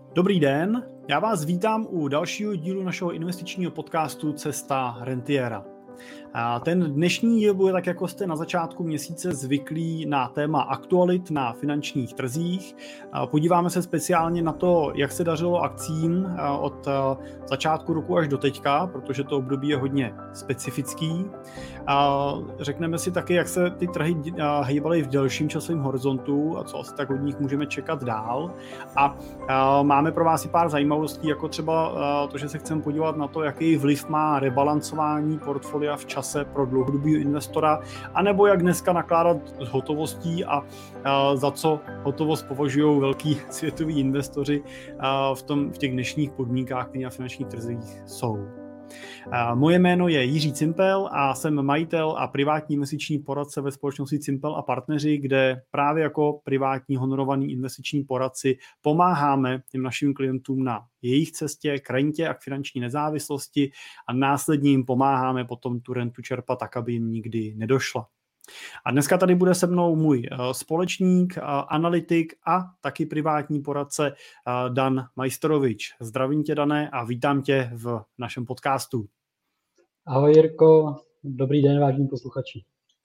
Dobrý den, já vás vítám u dalšího dílu našeho investičního podcastu Cesta rentiera. Ten dnešní díl bude, tak jako jste na začátku měsíce zvyklí, na téma aktualit na finančních trzích. Podíváme se speciálně na to, jak se dařilo akcím od začátku roku až do teďka, protože to období je hodně specifický. Řekneme si taky, jak se ty trhy hýbaly v delším časovém horizontu a co asi tak od nich můžeme čekat dál. A máme pro vás i pár zajímavostí, jako třeba to, že se chceme podívat na to, jaký vliv má rebalancování portfolia v čase pro dlouhodobého investora, anebo jak dneska nakládat s hotovostí a za co hotovost považují velký světoví investoři v těch dnešních podmínkách, které na finančních trzích jsou. Moje jméno je Jiří Cimpel a jsem majitel a privátní investiční poradce ve společnosti Cimpel a partneři, kde právě jako privátní honorovaný investiční poradci pomáháme těm našim klientům na jejich cestě k rentě a k finanční nezávislosti a následně jim pomáháme potom tu rentu čerpat tak, aby jim nikdy nedošla. A dneska tady bude se mnou můj společník, analytik a taky privátní poradce Dan Majstorovič. Zdravím tě, Dané, a vítám tě v našem podcastu. Ahoj Jirko, dobrý den, vážení posluchači.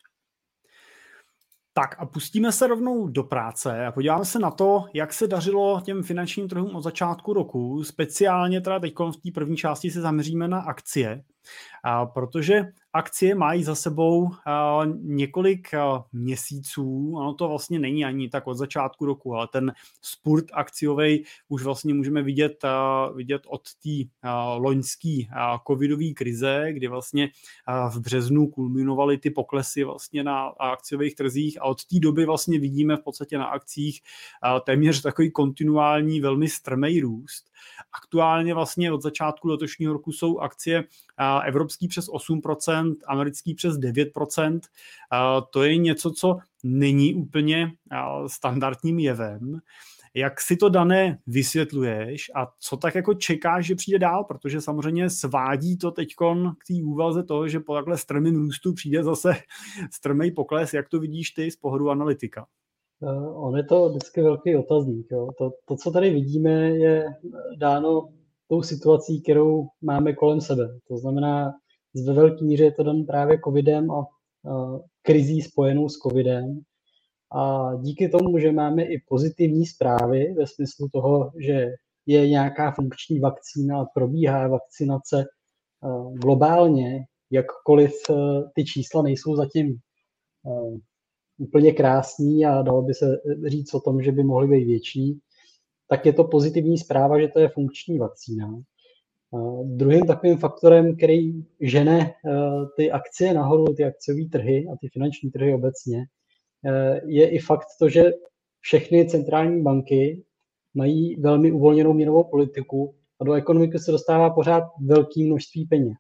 Tak a pustíme se rovnou do práce a podíváme se na to, jak se dařilo těm finančním trhům od začátku roku. Speciálně teda teď v té první části se zaměříme na akcie, protože akcie mají za sebou několik měsíců, ono to vlastně není ani tak od začátku roku, ale ten spurt akciovej už vlastně můžeme vidět od té loňské covidové krize, kdy vlastně v březnu kulminovaly ty poklesy vlastně na akciových trzích a od té doby vlastně vidíme v podstatě na akcích téměř takový kontinuální, velmi strmý růst. Aktuálně vlastně od začátku letošního roku jsou akcie evropský přes 8%, americký přes 9%. To je něco, co není úplně standardním jevem. Jak si to, Dané, vysvětluješ a co tak jako čekáš, že přijde dál? Protože samozřejmě svádí to teďkon k té úvaze toho, že po takhle strmým růstu přijde zase strmý pokles. Jak to vidíš ty z pohledu analytika? On je to vždycky velký otazník. Jo. To, co tady vidíme, je dáno tou situací, kterou máme kolem sebe. To znamená, ve velké míře je to dan právě covidem a krizí spojenou s covidem. A díky tomu, že máme i pozitivní zprávy ve smyslu toho, že je nějaká funkční vakcína a probíhá vakcinace globálně, jakkoliv ty čísla nejsou zatím úplně krásný a dalo by se říct o tom, že by mohly být větší, tak je to pozitivní zpráva, že to je funkční vakcína. Druhým takovým faktorem, který žene ty akcie nahoru, ty akciové trhy a ty finanční trhy obecně, je i fakt to, že všechny centrální banky mají velmi uvolněnou měnovou politiku a do ekonomiky se dostává pořád velké množství peněz.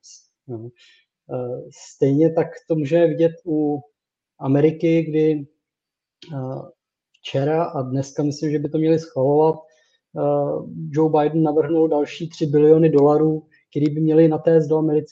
Stejně tak to můžeme vidět u Ameriky, kdy včera a dneska myslím, že by to měli schvalovat, Joe Biden navrhnul další $3 biliony, který by měli natéct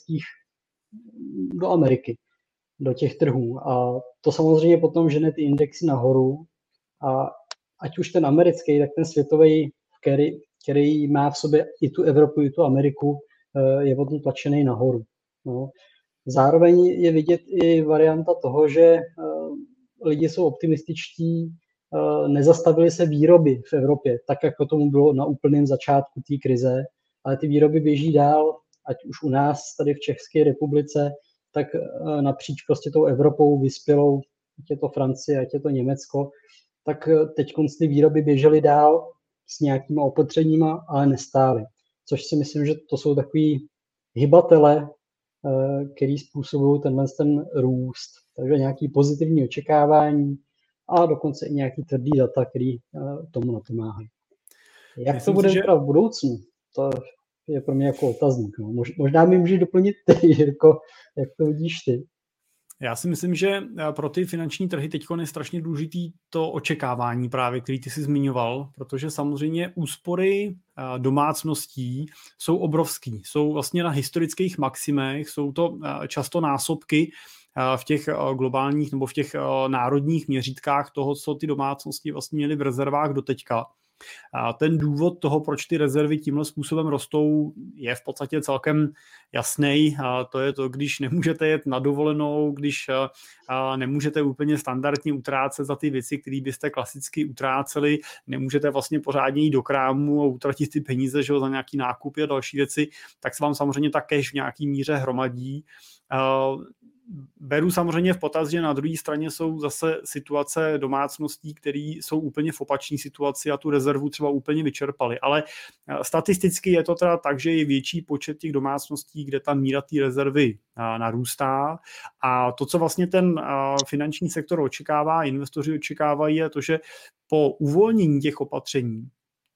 do Ameriky, do těch trhů. A to samozřejmě potom žene ty indexy nahoru a ať už ten americký, tak ten světový, který má v sobě i tu Evropu, i tu Ameriku, je potom tlačený nahoru. No. Zároveň je vidět i varianta toho, že lidi jsou optimističtí, nezastavily se výroby v Evropě, tak jako tomu bylo na úplném začátku té krize, ale ty výroby běží dál, ať už u nás tady v České republice, tak napříč prostě tou Evropou vyspělou, ať je to Francie, ať je to Německo, tak teď ty výroby běžely dál s nějakýma opatřeníma, ale nestály. Což si myslím, že to jsou takový hybatele, který způsobují ten růst. Takže nějaký pozitivní očekávání a dokonce i nějaký tvrdý data, který tomu napomáhají. Jak myslím to bude vypadat v budoucnu? To je pro mě jako otazník. No. Možná mi můžeš doplnit ty, Jirko, jak to vidíš ty? Já si myslím, že pro ty finanční trhy teď je strašně důležitý to očekávání právě, který ty jsi zmiňoval, protože samozřejmě úspory domácností jsou obrovský. Jsou vlastně na historických maximech, jsou to často násobky v těch globálních nebo v těch národních měřítkách toho, co ty domácnosti vlastně měly v rezervách doteďka. A ten důvod toho, proč ty rezervy tímhle způsobem rostou, je v podstatě celkem jasný. A to je to, když nemůžete jet na dovolenou, když nemůžete úplně standardně utrácet za ty věci, které byste klasicky utráceli, nemůžete vlastně pořádně jít do krámu a utratit ty peníze, že za nějaký nákupy a další věci, tak se vám samozřejmě ta cash v nějaký míře hromadí. Beru samozřejmě v potaz, že na druhé straně jsou zase situace domácností, které jsou úplně v opačné situaci a tu rezervu třeba úplně vyčerpali. Ale statisticky je to teda tak, že je větší počet těch domácností, kde ta míra té rezervy narůstá. A to, co vlastně ten finanční sektor očekává, investoři očekávají, je to, že po uvolnění těch opatření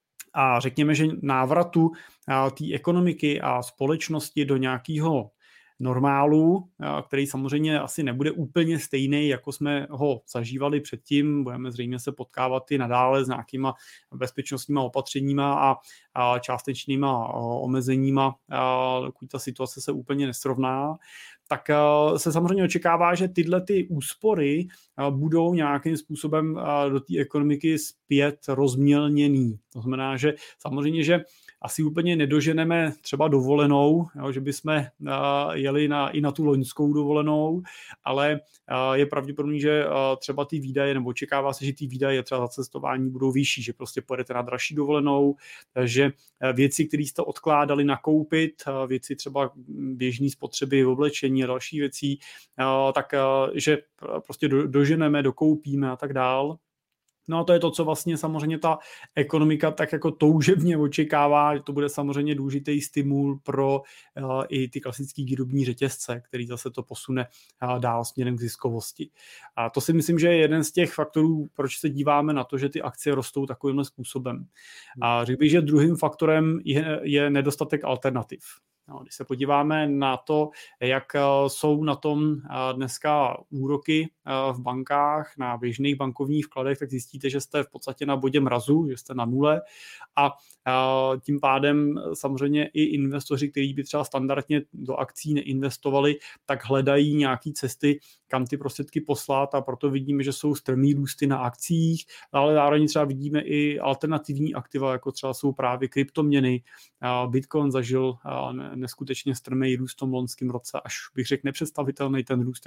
a řekněme, že návratu té ekonomiky a společnosti do nějakého normálu, který samozřejmě asi nebude úplně stejný, jako jsme ho zažívali předtím. Budeme zřejmě se potkávat i nadále s nějakýma bezpečnostníma opatřeníma a částečnýma omezeníma, dokud ta situace se úplně nesrovná. Tak se samozřejmě očekává, že tyhle ty úspory budou nějakým způsobem do té ekonomiky zpět rozmělněný. To znamená, že samozřejmě, že asi úplně nedoženeme třeba dovolenou, jo, že bychom jeli i na tu loňskou dovolenou, ale je pravděpodobný, že třeba ty výdaje, nebo očekává se, že ty výdaje třeba za cestování budou vyšší, že prostě pojedete na dražší dovolenou, že věci, které jste odkládali nakoupit, věci třeba běžné spotřeby, oblečení a další věcí, tak že prostě doženeme, dokoupíme a tak dál. No a to je to, co vlastně samozřejmě ta ekonomika tak jako toužebně očekává, že to bude samozřejmě důležitý stimul pro i ty klasické výrobní řetězce, který zase to posune dál směrem k ziskovosti. A to si myslím, že je jeden z těch faktorů, proč se díváme na to, že ty akcie rostou takovýmhle způsobem. A řekl bych, že druhým faktorem je nedostatek alternativ. No, když se podíváme na to, jak jsou na tom dneska úroky v bankách, na běžných bankovních vkladech, tak zjistíte, že jste v podstatě na bodě mrazu, že jste na nule a tím pádem samozřejmě i investoři, kteří by třeba standardně do akcí neinvestovali, tak hledají nějaké cesty, kam ty prostředky poslat a proto vidíme, že jsou strmý růsty na akcích, ale zároveň třeba vidíme i alternativní aktiva, jako třeba jsou právě kryptoměny. Bitcoin zažil neskutečně strmý růst v tom loňském roce, až bych řekl nepředstavitelný ten růst,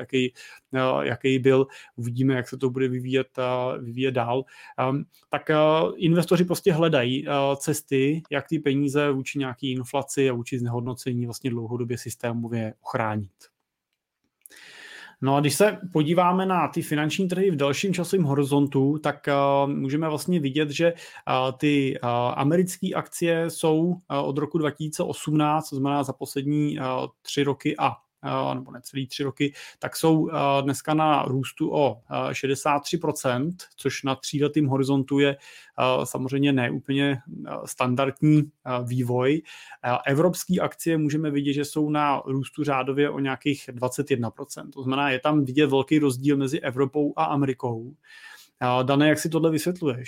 jaký byl. Uvidíme, jak se to bude vyvíjet dál. Tak investoři prostě hledají cesty, jak ty peníze vůči nějaký inflaci a vůči znehodnocení vlastně dlouhodobě systémově ochránit. No a když se podíváme na ty finanční trhy v dalším časovém horizontu, tak můžeme vlastně vidět, že ty americké akcie jsou od roku 2018, to znamená za poslední 3 roky nebo necelý 3 roky, tak jsou dneska na růstu o 63%, což na 3letým horizontu je samozřejmě ne úplně standardní vývoj. Evropské akcie můžeme vidět, že jsou na růstu řádově o nějakých 21%. To znamená, je tam vidět velký rozdíl mezi Evropou a Amerikou. Dane, jak si tohle vysvětluješ?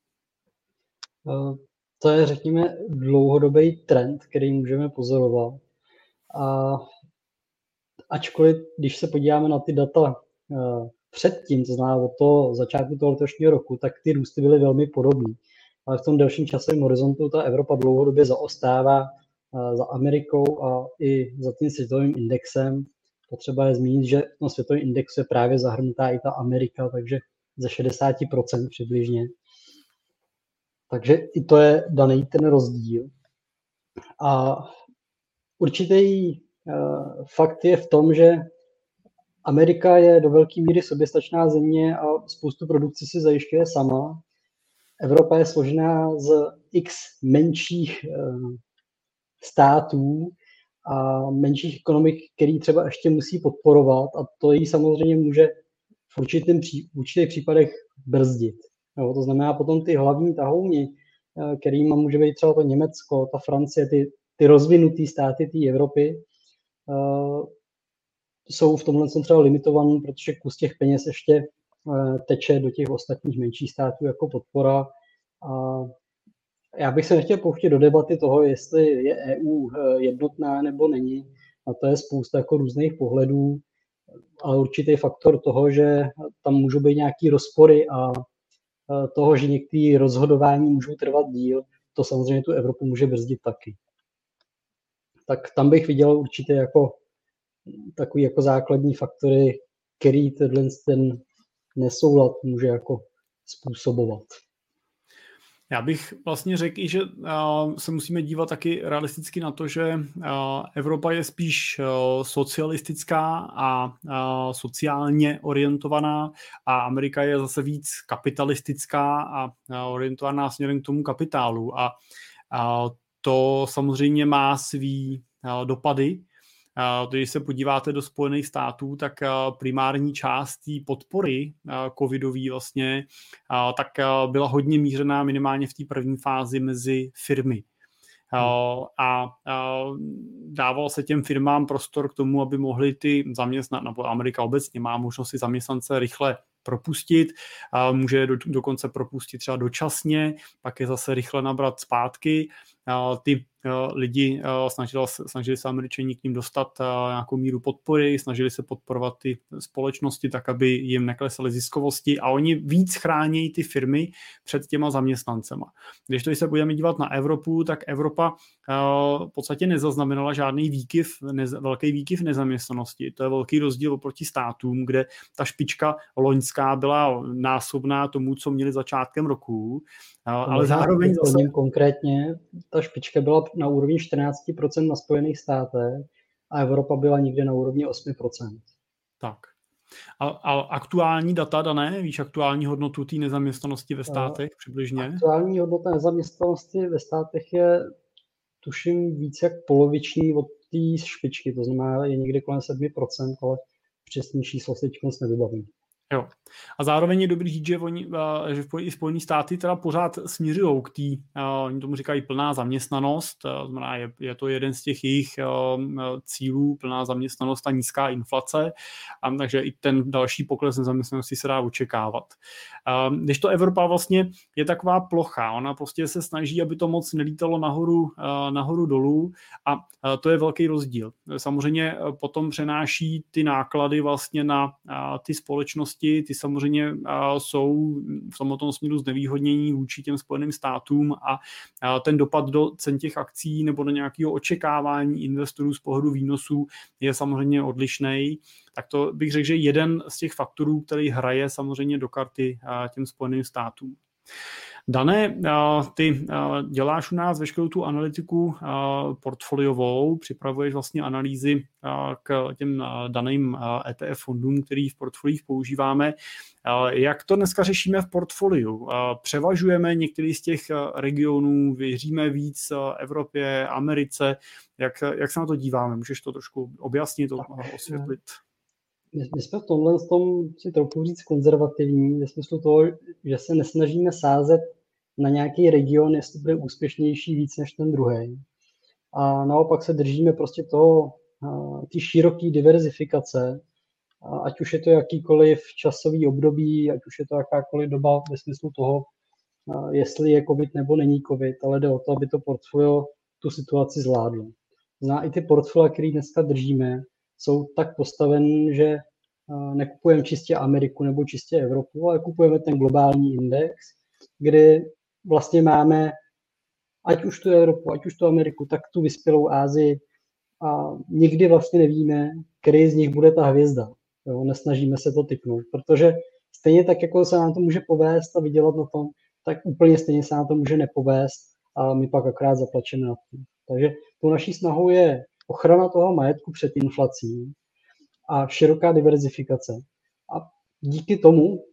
To je, řekněme, dlouhodobý trend, který můžeme pozorovat. A ačkoliv, když se podíváme na ty data předtím, to znamená od toho začátku toho letošního roku, tak ty růsty byly velmi podobné. Ale v tom delším časovém horizontu ta Evropa dlouhodobě zaostává za Amerikou a i za tím světovým indexem. Potřeba je zmínit, že v tom světovém indexu je právě zahrnutá i ta Amerika, takže ze 60% přibližně. Takže i to je daný ten rozdíl. A určitý fakt je v tom, že Amerika je do velké míry soběstačná země a spoustu produkce si zajišťuje sama. Evropa je složená z x menších států a menších ekonomik, který třeba ještě musí podporovat a to jí samozřejmě může v určitých případech brzdit. No, to znamená potom ty hlavní tahouni, kterýma může být třeba to Německo, ta Francie, ty rozvinutý státy té Evropy, jsou v tomhle třeba limitovaný, protože kus těch peněz ještě teče do těch ostatních menších států jako podpora. A já bych se nechtěl pouštět do debaty toho, jestli je EU jednotná nebo není. A to je spousta jako různých pohledů, ale určitý faktor toho, že tam můžou být nějaký rozpory a toho, že některé rozhodování můžou trvat díl, to samozřejmě tu Evropu může brzdit taky. Tak tam bych viděl určitě jako takový jako základní faktory, který ten nesoulad může jako způsobovat. Já bych vlastně řekl i, že se musíme dívat taky realisticky na to, že Evropa je spíš socialistická a sociálně orientovaná a Amerika je zase víc kapitalistická a orientovaná směrem k tomu kapitálu. A to samozřejmě má svý dopady. Když se podíváte do Spojených států, tak primární část té podpory covidový vlastně, tak byla hodně mířená minimálně v té první fázi mezi firmy. A dával se těm firmám prostor k tomu, aby mohli ty nebo Amerika obecně má možnost si zaměstnance rychle propustit, může dokonce propustit třeba dočasně, pak je zase rychle nabrat zpátky. Ty lidi snažili se Američani k ním dostat nějakou míru podpory, snažili se podporovat ty společnosti tak, aby jim neklesaly ziskovosti a oni víc chrání ty firmy před těma zaměstnancema. Když se budeme dívat na Evropu, tak Evropa v podstatě nezaznamenala žádný velký výkyv nezaměstnanosti. To je velký rozdíl oproti státům, kde ta špička loňská byla násobná tomu, co měli začátkem roku. Ale zároveň zase... Konkrétně ta špička byla na úrovni 14% na Spojených státech a Evropa byla někde na úrovni 8%. Tak. A aktuální data dané, víš aktuální hodnotu té nezaměstnanosti ve státech přibližně? Aktuální hodnota nezaměstnanosti ve státech je tuším víc jak poloviční od té špičky, to znamená je někde kolem 7%, ale přesný číslo se teď nevybavím. Jo. A zároveň je dobrý říct, že i Spojené státy teda pořád směřují k té, oni tomu říkají plná zaměstnanost, znamená, je to jeden z těch jejich cílů, plná zaměstnanost a nízká inflace, takže i ten další pokles nezaměstnanosti se dá očekávat. Když to Evropa vlastně je taková plocha, ona prostě se snaží, aby to moc nelítalo nahoru dolů a to je velký rozdíl. Samozřejmě potom přenáší ty náklady vlastně na ty společnosti, ty samozřejmě jsou v tomto směru znevýhodnění vůči těm Spojeným státům a ten dopad do cen těch akcí nebo do nějakého očekávání investorů z pohledu výnosů je samozřejmě odlišný. Tak to bych řekl, že jeden z těch faktorů, který hraje samozřejmě do karty těm Spojeným státům. Dané, ty děláš u nás veškerou tu analytiku portfoliovou, připravuješ vlastně analýzy k těm daným ETF fondům, který v portfoliích používáme. Jak to dneska řešíme v portfoliu? Převažujeme některý z těch regionů, věříme víc Evropě, Americe? Jak se na to díváme? Můžeš to trošku objasnit, osvětlit? My jsme v tomhle si trochu říct konzervativní, ve smyslu toho, že se nesnažíme sázet na nějaký region, jestli bude úspěšnější víc než ten druhý. A naopak se držíme prostě ty široké diverzifikace, ať už je to jakýkoliv časový období, ať už je to jakákoliv doba ve smyslu toho, jestli je covid nebo není covid, ale jde o to, aby to portfolio tu situaci zvládlo. I ty portfolia, které dneska držíme, jsou tak postaven, že nekupujeme čistě Ameriku nebo čistě Evropu, ale kupujeme ten globální index, kdy vlastně máme ať už tu Evropu, ať už tu Ameriku, tak tu vyspělou Asii a nikdy vlastně nevíme, který z nich bude ta hvězda. Jo, nesnažíme se to tipnout, protože stejně tak, jako se nám to může povést a vydělat na tom, tak úplně stejně se nám to může nepovést a my pak akorát zaplačeme na to. Takže tou naší snahou je ochrana toho majetku před inflací a široká diverzifikace. A díky tomu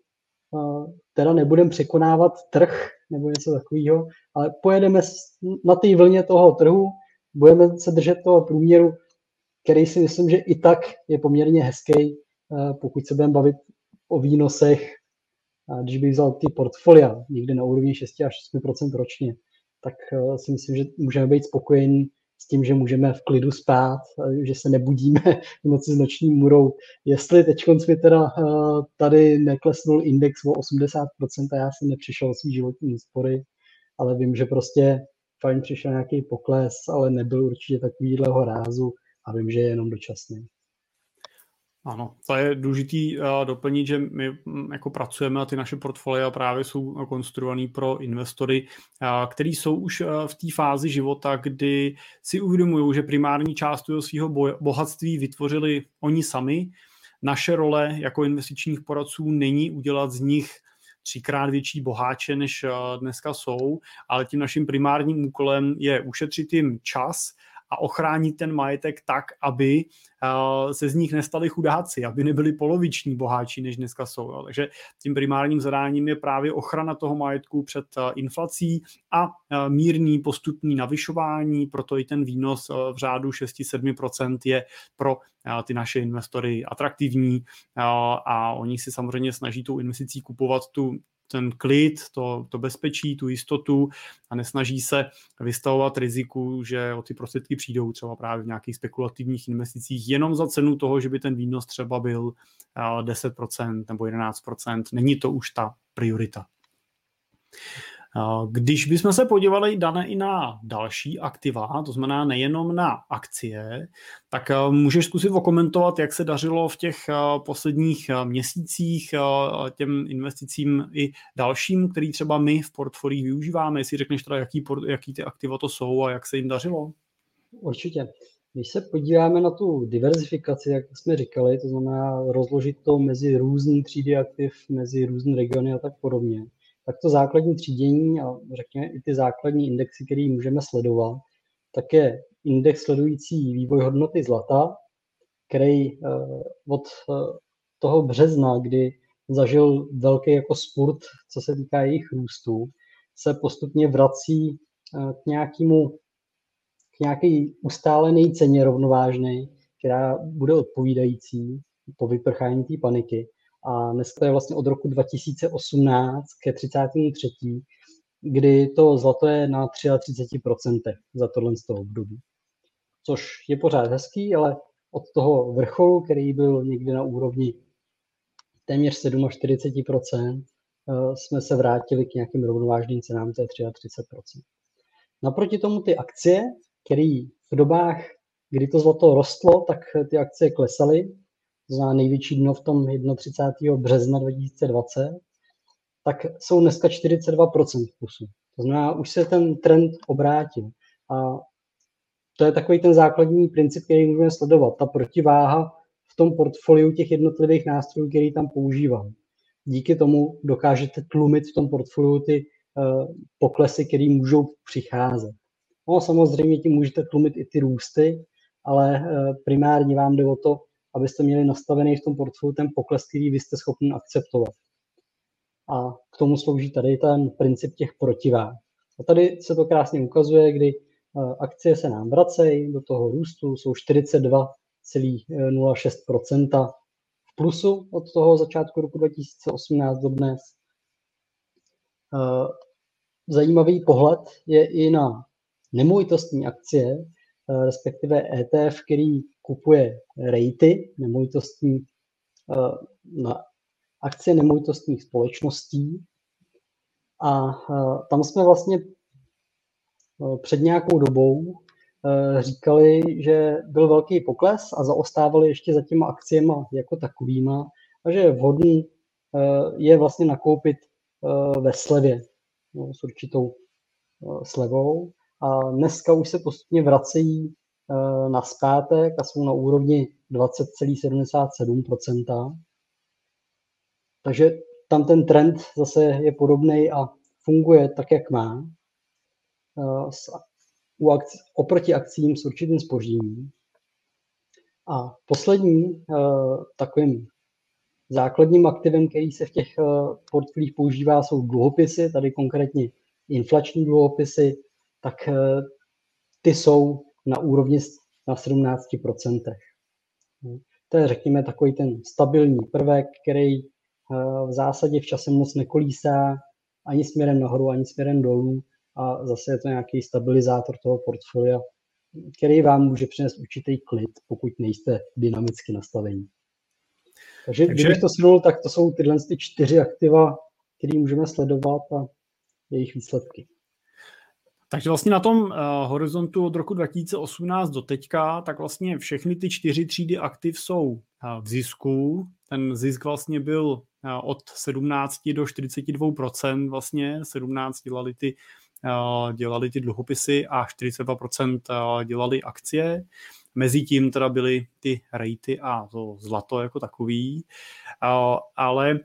teda nebudeme překonávat trh nebo něco takového, ale pojedeme na té vlně toho trhu, budeme se držet toho průměru, který si myslím, že i tak je poměrně hezký, pokud se budeme bavit o výnosech, když bych vzal ty portfolia někde na úrovni 6 až 8% ročně, tak si myslím, že můžeme být spokojení s tím, že můžeme v klidu spát, že se nebudíme v noci s noční můrou. Jestli teď mi teda tady neklesnul index o 80% a já jsem nepřišel o svý životní úspory, ale vím, že prostě fajn přišel nějaký pokles, ale nebyl určitě takovýhleho rázu a vím, že je jenom dočasný. Ano, to je důležitý doplnit, že my jako pracujeme a ty naše portfolia právě jsou konstruované pro investory, kteří jsou už v té fázi života, kdy si uvědomují, že primární část toho svého bohatství vytvořili oni sami. Naše role jako investičních poradců není udělat z nich 3x větší boháče, než dneska jsou, ale tím naším primárním úkolem je ušetřit jim čas a ochránit ten majetek tak, aby se z nich nestali chudáci, aby nebyli poloviční boháči, než dneska jsou. Takže tím primárním zadáním je právě ochrana toho majetku před inflací a mírný postupný navyšování, proto i ten výnos v řádu 6-7% je pro ty naše investory atraktivní a oni si samozřejmě snaží tou investicí kupovat ten klid, to bezpečí, tu jistotu a nesnaží se vystavovat riziku, že o ty prostředky přijdou třeba právě v nějakých spekulativních investicích jenom za cenu toho, že by ten výnos třeba byl 10% nebo 11%. Není to už ta priorita. Když bychom se podívali, Dane, i na další aktiva, to znamená nejenom na akcie, tak můžeš zkusit okomentovat, jak se dařilo v těch posledních měsících těm investicím i dalším, který třeba my v portfoliích využíváme, jestli řekneš teda, jaký ty aktiva to jsou a jak se jim dařilo? Určitě. Když se podíváme na tu diverzifikaci, jak jsme říkali, to znamená rozložit to mezi různé třídy aktiv, mezi různé regiony a tak podobně, tak to základní třídění a řekněme i ty základní indexy, které můžeme sledovat, tak je index sledující vývoj hodnoty zlata, který od toho března, kdy zažil velký jako spurt, co se týká jejich růstu, se postupně vrací k nějaké ustálené ceně rovnovážné, která bude odpovídající po vyprchání té paniky. A dneska je vlastně od roku 2018 ke 33., kdy to zlato je na 33% za tohle z toho období. Což je pořád hezký, ale od toho vrcholu, který byl někdy na úrovni téměř 47%, jsme se vrátili k nějakým rovnovážným cenám, to je 33%. Naproti tomu ty akcie, které v dobách, kdy to zlato rostlo, tak ty akcie klesaly, to znamená největší dno v tom 31. března 2020, tak jsou dneska 42% plusu. To znamená, už se ten trend obrátil. A to je takový ten základní princip, který můžeme sledovat. Ta protiváha v tom portfoliu těch jednotlivých nástrojů, který tam používám. Díky tomu dokážete tlumit v tom portfoliu ty poklesy, které můžou přicházet. No, samozřejmě tím můžete tlumit i ty růsty, ale primárně vám jde o to, abyste měli nastavený v tom portfoliu ten pokles, který vy jste schopni akceptovat. A k tomu slouží tady ten princip těch protiváh. A tady se to krásně ukazuje, kdy akcie se nám vracejí do toho růstu, jsou 42,06% v plusu od toho začátku roku 2018 do dnes. Zajímavý pohled je i na nemovitostní akcie, respektive ETF, který kupuje rejty nemovitostní, na akcie nemovitostních společností. A tam jsme vlastně před nějakou dobou říkali, že byl velký pokles a zaostávali ještě za těma akciema jako takovýma a že je vhodný je vlastně nakoupit ve slevě, s určitou slevou. A dneska už se postupně vracejí nazpátek a jsou na úrovni 20,77%. Takže tam ten trend zase je podobný a funguje tak, jak má. Oproti akcím s určitým zpožděním. A poslední takovým základním aktivem, který se v těch portfoliích používá, jsou dluhopisy, tady konkrétně inflační dluhopisy, tak ty jsou na úrovni na 17%. To je, řekněme, takový ten stabilní prvek, který v zásadě v čase moc nekolísá ani směrem nahoru, ani směrem dolů a zase je to nějaký stabilizátor toho portfolia, který vám může přinést určitý klid, pokud nejste dynamicky nastavení. Takže kdybych to shrnul, tak to jsou tyhle 4 aktiva, které můžeme sledovat a jejich výsledky. Takže vlastně na tom horizontu od roku 2018 do teďka, tak vlastně všechny ty 4 třídy aktiv jsou v zisku. Ten zisk vlastně byl od 17 do 42%, vlastně 17 dělali ty dluhopisy a 42% dělali akcie. Mezitím teda byly ty rejty a to zlato jako takový, ale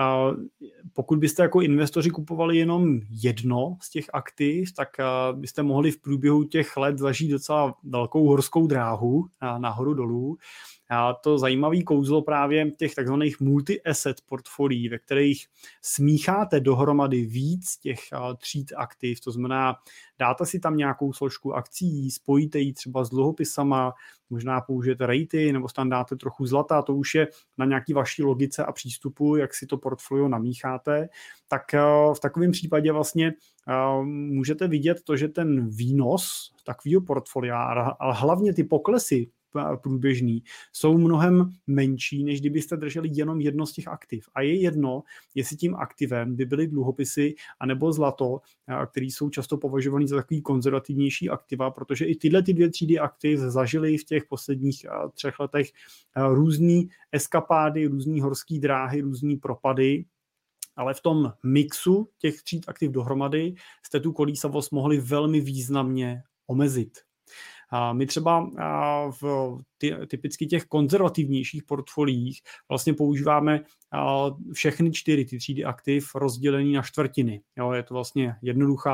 pokud byste jako investoři kupovali jenom jedno z těch aktiv, tak byste mohli v průběhu těch let zažít docela velkou horskou dráhu nahoru dolů. A to zajímavé kouzlo právě těch takzvaných multi-asset portfolií, ve kterých smícháte dohromady víc těch tříd aktiv, to znamená, dáte si tam nějakou složku akcií, spojíte ji třeba s dluhopisama, možná použijete rejty, nebo tam dáte trochu zlata, to už je na nějaký vaší logice a přístupu, jak si to portfolio namícháte, tak v takovém případě vlastně můžete vidět to, že ten výnos takového portfolia, ale hlavně ty poklesy průběžný, jsou mnohem menší, než kdybyste drželi jenom jedno z těch aktiv. A je jedno, jestli tím aktivem by byly dluhopisy anebo zlato, které jsou často považované za takový konzervativnější aktiva, protože i tyhle ty dvě třídy aktiv zažily v těch posledních 3 letech různý eskapády, různý horský dráhy, různý propady, ale v tom mixu těch tříd aktiv dohromady jste tu kolísavost mohli velmi významně omezit. My třeba v typicky těch konzervativnějších portfoliích vlastně používáme všechny 4 ty třídy aktiv rozdělený na čtvrtiny. Jo, je to vlastně jednoduchá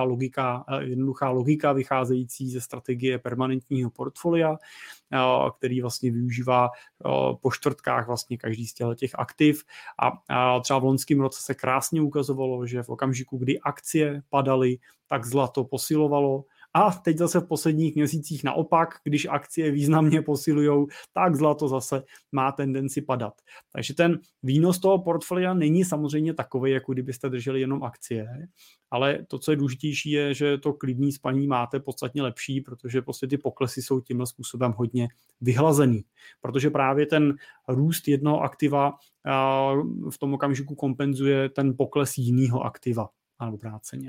logika vycházející ze strategie permanentního portfolia, který vlastně využívá po čtvrtkách vlastně každý z těch aktiv. A třeba v loňském roce se krásně ukazovalo, že v okamžiku, kdy akcie padaly, tak zlato posilovalo. A teď zase v posledních měsících naopak, když akcie významně posilujou, tak zlato zase má tendenci padat. Takže ten výnos toho portfolia není samozřejmě takový, jako kdybyste drželi jenom akcie, ale to, co je důležitější, je, že to klidný spaní máte podstatně lepší, protože prostě ty poklesy jsou tímhle způsobem hodně vyhlazený. Protože právě ten růst jednoho aktiva v tom okamžiku kompenzuje ten pokles jiného aktiva a obráceně.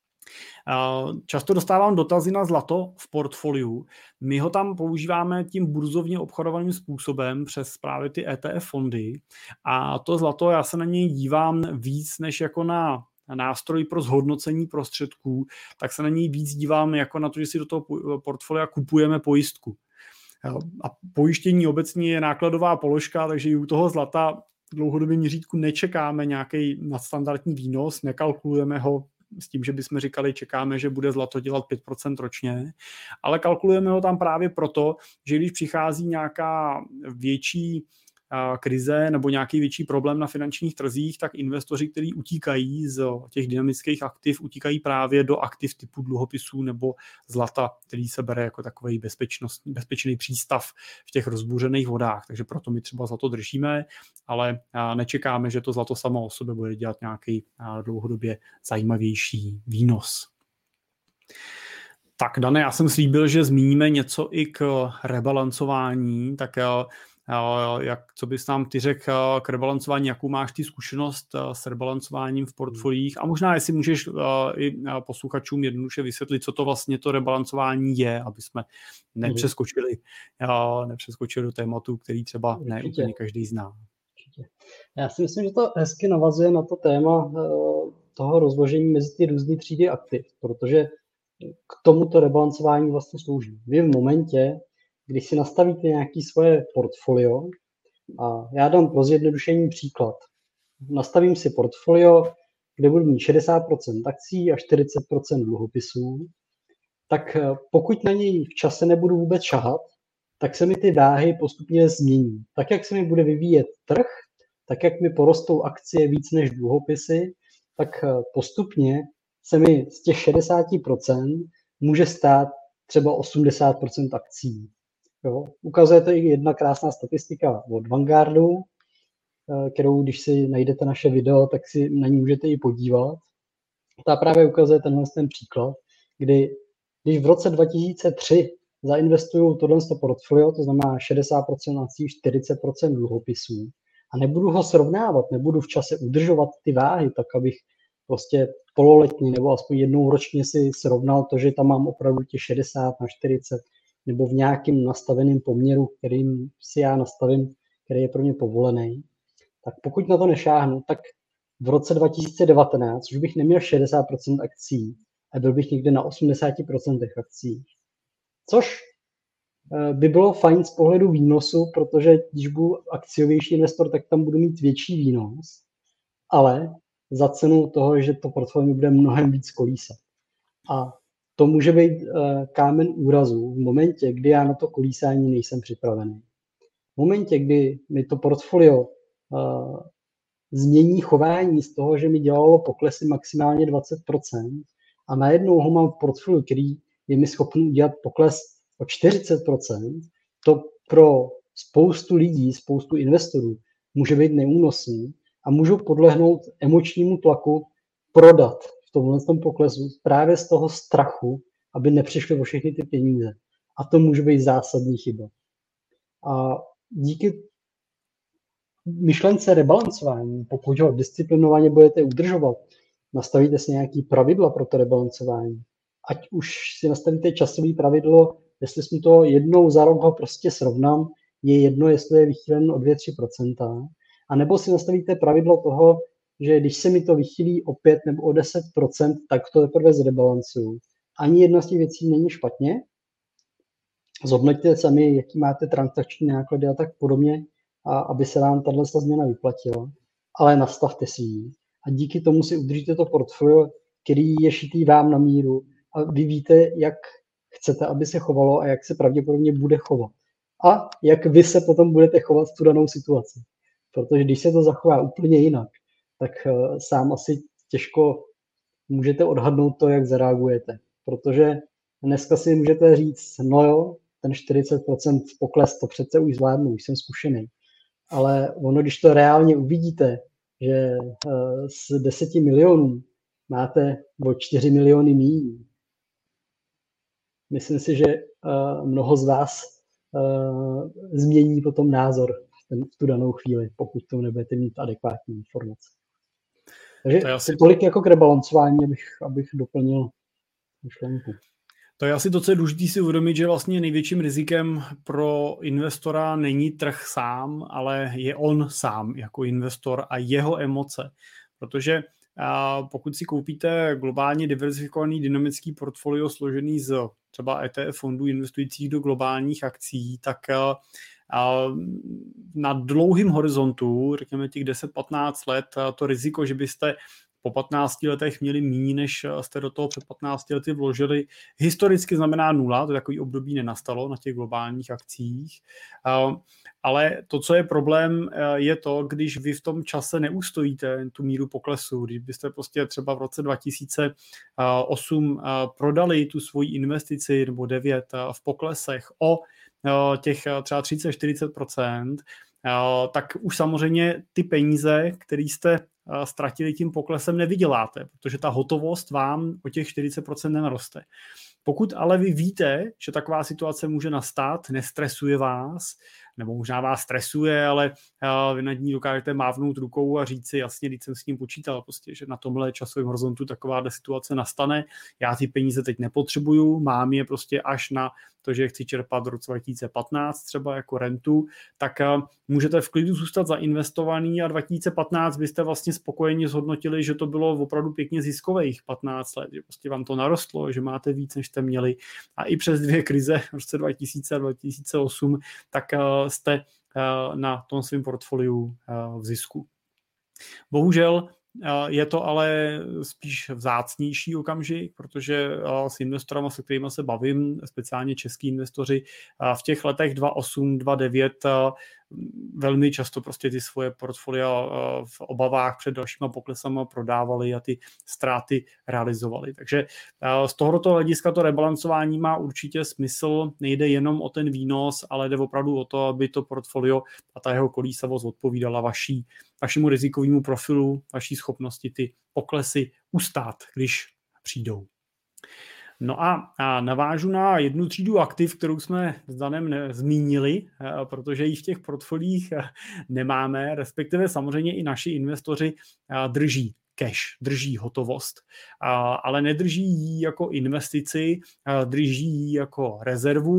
Často dostávám dotazy na zlato v portfoliu. My ho tam používáme tím burzovně obchodovaným způsobem přes právě ty ETF fondy a to zlato, já se na něj dívám víc než jako na nástroj pro zhodnocení prostředků, tak se na něj víc dívám jako na to, že si do toho portfolia kupujeme pojistku. A pojištění obecně je nákladová položka, takže i u toho zlata v dlouhodobém měřítku nečekáme nějaký nadstandardní výnos, nekalkulujeme ho s tím, že bychom říkali, čekáme, že bude zlato dělat 5% ročně, ale kalkulujeme ho tam právě proto, že když přichází nějaká větší krize nebo nějaký větší problém na finančních trzích, tak investoři, kteří utíkají z těch dynamických aktiv, utíkají právě do aktiv typu dluhopisů nebo zlata, který se bere jako takový bezpečný přístav v těch rozbouřených vodách. Takže proto my třeba zlato držíme, ale nečekáme, že to zlato samo o sobě bude dělat nějaký dlouhodobě zajímavější výnos. Tak, Dane, já jsem slíbil, že zmíníme něco i k rebalancování, tak co bys nám ty řekl k rebalancování, jakou máš ty zkušenost s rebalancováním v portfoliích a možná jestli můžeš i posluchačům jednoduše vysvětlit, co to vlastně to rebalancování je, aby jsme nepřeskočili do tématu, který třeba ne úplně každý zná. Určitě. Já si myslím, že to hezky navazuje na to téma toho rozložení mezi ty různé třídy aktiv, protože k tomuto rebalancování vlastně slouží. Vy v momentě, když si nastavíte nějaké svoje portfolio, a já dám pro zjednodušení příklad. Nastavím si portfolio, kde budu mít 60% akcí a 40% dluhopisů, tak pokud na něj v čase nebudu vůbec šahat, tak se mi ty váhy postupně změní. Tak, jak se mi bude vyvíjet trh, tak, jak mi porostou akcie víc než dluhopisy, tak postupně se mi z těch 60% může stát třeba 80% akcí. Jo. Ukazuje to i jedna krásná statistika od Vanguardu, kterou, když si najdete naše video, tak si na ní můžete i podívat. Ta právě ukazuje ten příklad, kdy když v roce 2003 zainvestuju tohle portfolio, to znamená 60% akcí, 40% dluhopisů, a nebudu ho srovnávat, nebudu v čase udržovat ty váhy, tak abych prostě pololetně nebo aspoň jednou ročně si srovnal to, že tam mám opravdu těch 60 na 40, nebo v nějakém nastaveném poměru, kterým si já nastavím, který je pro mě povolený, tak pokud na to nešáhnu, tak v roce 2019 už bych neměl 60% akcí a byl bych někde na 80% akcí. Což by bylo fajn z pohledu výnosu, protože když budu akciovější investor, tak tam budu mít větší výnos, ale za cenu toho, že to portfolio bude mnohem víc kolísat. A to může být kámen úrazu v momentě, kdy já na to kolísání nejsem připravený. V momentě, kdy mi to portfolio změní chování z toho, že mi dělalo poklesy maximálně 20% a najednou ho mám v portfoliu, který je mi schopný udělat pokles o 40%, to pro spoustu lidí, spoustu investorů může být neúnosný a můžou podlehnout emočnímu tlaku prodat v tomhle poklesu právě z toho strachu, aby nepřišli o všechny ty peníze. A to může být zásadní chyba. A díky myšlence rebalancování, pokud ho disciplinovaně budete udržovat, nastavíte si nějaký pravidla pro to rebalancování. Ať už si nastavíte časový pravidlo, jestli jsme to jednou za rok ho prostě srovnám, je jedno, jestli je vychýlen o 2-3%, a nebo si nastavíte pravidlo toho, že když se mi to vychýlí o 5 nebo o 10%, tak to teprve zrebalancuju. Ani jedna z těch věcí není špatně. Zhodnoťte sami, jaký máte transakční náklady a tak podobně, a aby se vám tato změna vyplatila, ale nastavte si ji a díky tomu si udržíte to portfolio, který je šitý vám na míru a vy víte, jak chcete, aby se chovalo a jak se pravděpodobně bude chovat. A jak vy se potom budete chovat v tu danou situaci. Protože když se to zachová úplně jinak, tak sám asi těžko můžete odhadnout to, jak zareagujete. Protože dneska si můžete říct, no jo, ten 40% pokles, to přece už zvládnu, už jsem zkušený. Ale ono, když to reálně uvidíte, že z 10 milionů máte o 4 miliony míň, myslím si, že mnoho z vás změní potom názor v tu danou chvíli, pokud to nebudete mít adekvátní informace. Takže to tolik jako k rebalancování, abych doplnil myšlenku. To je asi to, co je důležité si uvědomit, že vlastně největším rizikem pro investora není trh sám, ale je on sám jako investor a jeho emoce. Protože pokud si koupíte globálně diverzifikovaný dynamický portfolio složený z třeba ETF fondů investujících do globálních akcí, tak na dlouhým horizontu, řekněme těch 10-15 let, to riziko, že byste po 15 letech měli méně, než jste do toho před 15 lety vložili, historicky znamená 0, to takový období nenastalo na těch globálních akcích. Ale to, co je problém, je to, když vy v tom čase neustojíte tu míru poklesu. Když byste prostě třeba v roce 2008 prodali tu svoji investici nebo 9 v poklesech o těch třeba 30-40%, tak už samozřejmě ty peníze, které jste ztratili tím poklesem, nevyděláte, protože ta hotovost vám o těch 40% nenaroste. Pokud ale vy víte, že taková situace může nastat, nestresuje vás, nebo možná vás stresuje, ale vy nad ní dokážete mávnout rukou a říct si, jasně, když jsem s tím počítal, prostě, že na tomhle časovém horizontu taková situace nastane, já ty peníze teď nepotřebuju, mám je prostě až na to, že chci čerpat v roce 2015 třeba jako rentu, tak můžete v klidu zůstat zainvestovaný a 2015 byste vlastně spokojeně zhodnotili, že to bylo opravdu pěkně ziskových 15 let, že prostě vám to narostlo, že máte víc, než jste měli a i přes 2 krize v roce 2000 a 2008, tak jste na tom svém portfoliu v zisku. Bohužel je to ale spíš vzácnější okamžik, protože s investorama, se kterými se bavím, speciálně český investoři, v těch letech 2008, 2009 velmi často prostě ty svoje portfolia v obavách před dalšíma poklesama prodávali a ty ztráty realizovali. Takže z tohoto hlediska to rebalancování má určitě smysl, nejde jenom o ten výnos, ale jde opravdu o to, aby to portfolio a ta jeho kolísavost odpovídala vašemu rizikovému profilu, vaší schopnosti ty poklesy ustát, když přijdou. No a navážu na jednu třídu aktiv, kterou jsme s Danem zmínili, protože ji v těch portfoliích nemáme, respektive samozřejmě i naši investoři drží cash, drží hotovost, ale nedrží ji jako investici, drží ji jako rezervu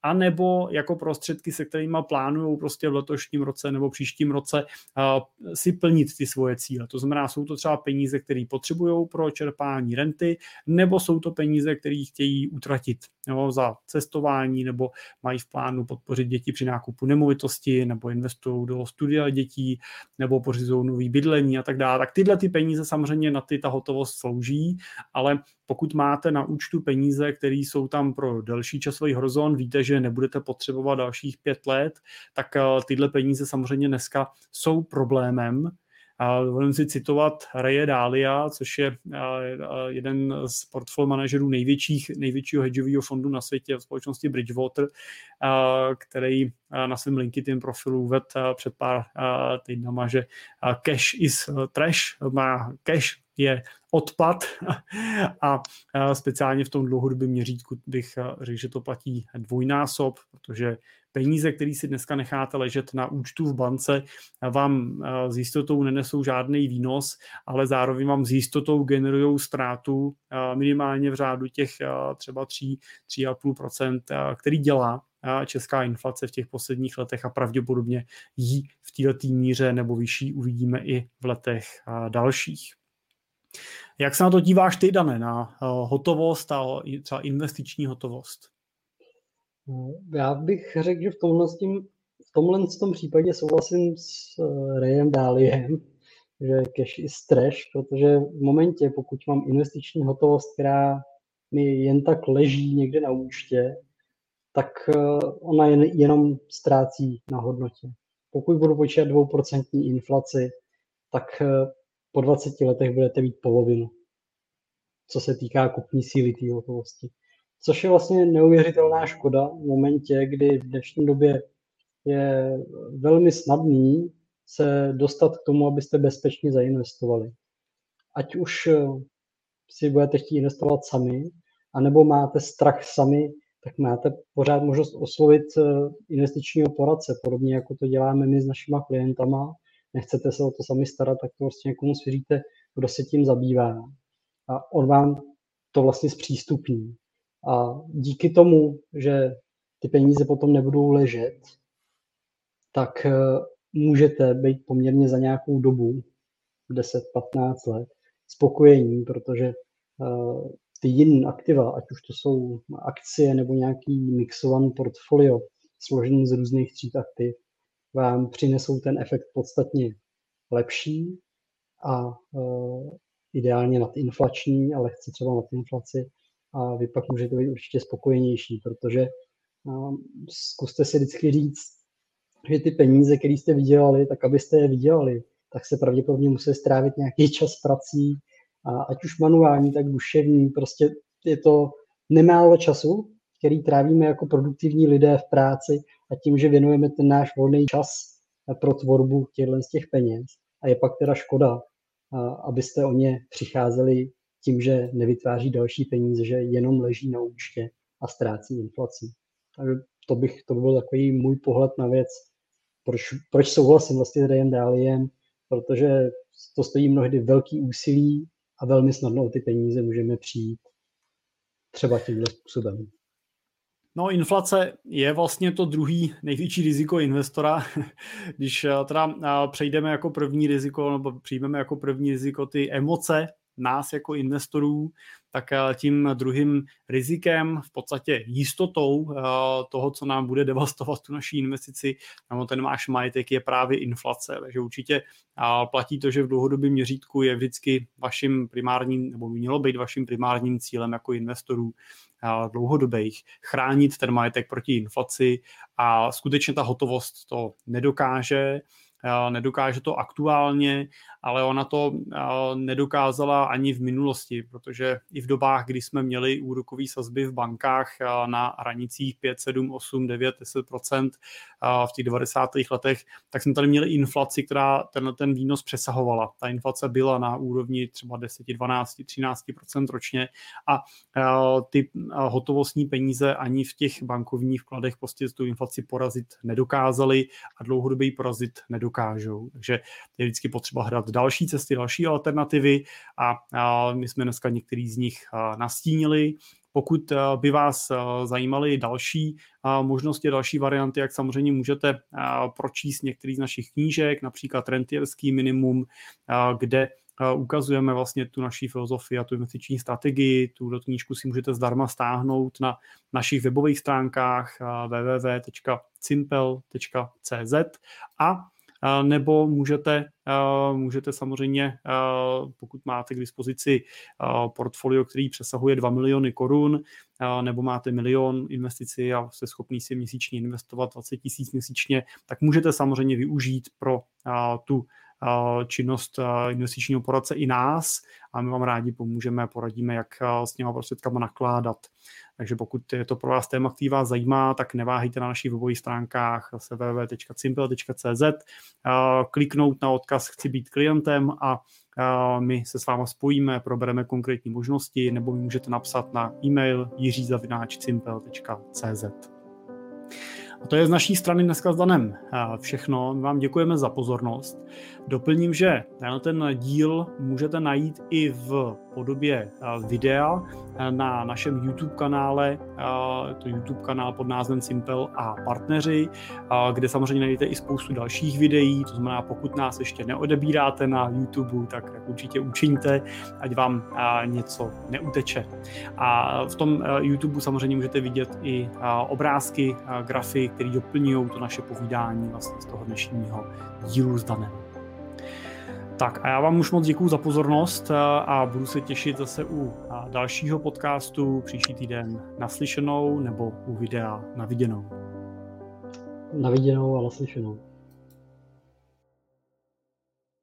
anebo jako prostředky, se kterými plánují prostě v letošním roce nebo příštím roce si plnit ty svoje cíle. To znamená, jsou to třeba peníze, které potřebují pro čerpání renty, nebo jsou to peníze, které chtějí utratit za cestování, nebo mají v plánu podpořit děti při nákupu nemovitosti, nebo investují do studia dětí, nebo pořizují nový bydlení a tak dále. Tak tyhle ty peníze samozřejmě na ta hotovost slouží, ale pokud máte na účtu peníze, které jsou tam pro delší časový horizont, víte, že nebudete potřebovat dalších 5 let, tak tyhle peníze samozřejmě dneska jsou problémem. Dovolím si citovat Raye Dalia, což je jeden z portfolio manažerů největšího hedžového fondu na světě v společnosti Bridgewater, který na svém LinkedIn profilu vedl před pár týdnama, že cash is trash, cash je odpad a speciálně v tom dlouhodobém měřítku bych řekl, že to platí dvojnásob, protože peníze, které si dneska necháte ležet na účtu v bance, vám s jistotou nenesou žádný výnos, ale zároveň vám s jistotou generují ztrátu minimálně v řádu těch třeba 3,5%, který dělá česká inflace v těch posledních letech a pravděpodobně ji v této míře nebo vyšší uvidíme i v letech dalších. Jak se na to díváš ty, Dane, na hotovost a třeba investiční hotovost? Já bych řekl, že v tomhle případě souhlasím s Rayem Daliem, že cash is trash, protože v momentě, pokud mám investiční hotovost, která mi jen tak leží někde na účtě, tak ona jenom ztrácí na hodnotě. Pokud budu počítat 2% inflaci, tak po 20 letech budete mít polovinu, co se týká kupní síly té hotovosti. Což je vlastně neuvěřitelná škoda v momentě, kdy v dnešní době je velmi snadný se dostat k tomu, abyste bezpečně zainvestovali. Ať už si budete chtít investovat sami, anebo máte strach sami, tak máte pořád možnost oslovit investičního poradce, podobně jako to děláme my s našima klientama. Nechcete se o to sami starat, tak to vlastně někomu svěříte, kdo se tím zabývá. A on vám to vlastně zpřístupní. A díky tomu, že ty peníze potom nebudou ležet, tak můžete být poměrně za nějakou dobu, 10-15 let, spokojení, protože ty jiné aktiva, ať už to jsou akcie nebo nějaký mixovaný portfolio složený z různých tříd aktiv, vám přinesou ten efekt podstatně lepší a ideálně nadinflační, ale chci třeba nad inflaci a vy pak můžete být určitě spokojenější, protože zkuste si vždycky říct, že ty peníze, které jste vydělali, tak abyste je vydělali, tak se pravděpodobně musí strávit nějaký čas prací, a ať už manuální, tak duševní, prostě je to nemálo času, který trávíme jako produktivní lidé v práci a tím, že věnujeme ten náš volný čas pro tvorbu z těch peněz. A je pak teda škoda, abyste o ně přicházeli tím, že nevytváří další peníze, že jenom leží na účtě a ztrácí inflací. Takže to by byl takový můj pohled na věc, proč souhlasím vlastně s Rayem Daliem, protože to stojí mnohdy velký úsilí a velmi snadno o ty peníze můžeme přijít třeba tímhle způsobem. No, inflace je vlastně to druhý největší riziko investora. Když teda přejdeme jako první riziko, nebo přijmeme jako první riziko ty emoce nás jako investorů, tak tím druhým rizikem, v podstatě jistotou toho, co nám bude devastovat tu naší investici, nebo ten váš majetek, je právě inflace. Takže určitě platí to, že v dlouhodobém měřítku je vždycky vaším primárním, nebo mělo být vaším primárním cílem jako investorů dlouhodobých chránit ten majetek proti inflaci, a skutečně ta hotovost to nedokáže to aktuálně, ale ona to nedokázala ani v minulosti, protože i v dobách, kdy jsme měli úrokové sazby v bankách na hranicích 5, 7, 8, 9, 10% v těch 90. letech, tak jsme tady měli inflaci, která ten výnos přesahovala. Ta inflace byla na úrovni třeba 10, 12, 13% ročně a ty hotovostní peníze ani v těch bankovních vkladech prostě tu inflaci porazit nedokázaly a dlouhodobě ji porazit nedokážou. Takže je vždycky potřeba hledat další cesty, další alternativy a my jsme dneska některý z nich nastínili. Pokud by vás zajímaly další možnosti, další varianty, jak samozřejmě můžete pročíst některý z našich knížek, například Rentierský minimum, kde ukazujeme vlastně tu naší filozofii a tu investiční strategii. Tuto knížku si můžete zdarma stáhnout na našich webových stránkách www.cimpel.cz a nebo můžete samozřejmě, pokud máte k dispozici portfolio, který přesahuje 2 miliony korun, nebo máte 1 milion investici a jste schopný si měsíčně investovat 20 000 měsíčně, tak můžete samozřejmě využít pro tu činnost investičního poradce i nás a my vám rádi pomůžeme a poradíme, jak s těma prostředkama nakládat. Takže pokud je to pro vás téma, který vás zajímá, tak neváhejte na našich webových stránkách www.cimpel.cz kliknout na odkaz Chci být klientem a my se s váma spojíme, probereme konkrétní možnosti nebo mi můžete napsat na e-mail jiří@cimpel.cz. A to je z naší strany dneska s Danem všechno. My vám děkujeme za pozornost. Doplním, že ten díl můžete najít i v podobě videa na našem YouTube kanále. To YouTube kanál pod názvem Cimpel a partneři, kde samozřejmě najdete i spoustu dalších videí. To znamená, pokud nás ještě neodebíráte na YouTube, tak určitě učiňte, ať vám něco neuteče. A v tom YouTube samozřejmě můžete vidět i obrázky, grafy, které doplňují to naše povídání vlastně z toho dnešního dílu s Danem. Tak a já vám už moc děkuju za pozornost a budu se těšit zase u dalšího podcastu příští týden naslyšenou nebo u videa na viděnou. Na viděnou a naslyšenou.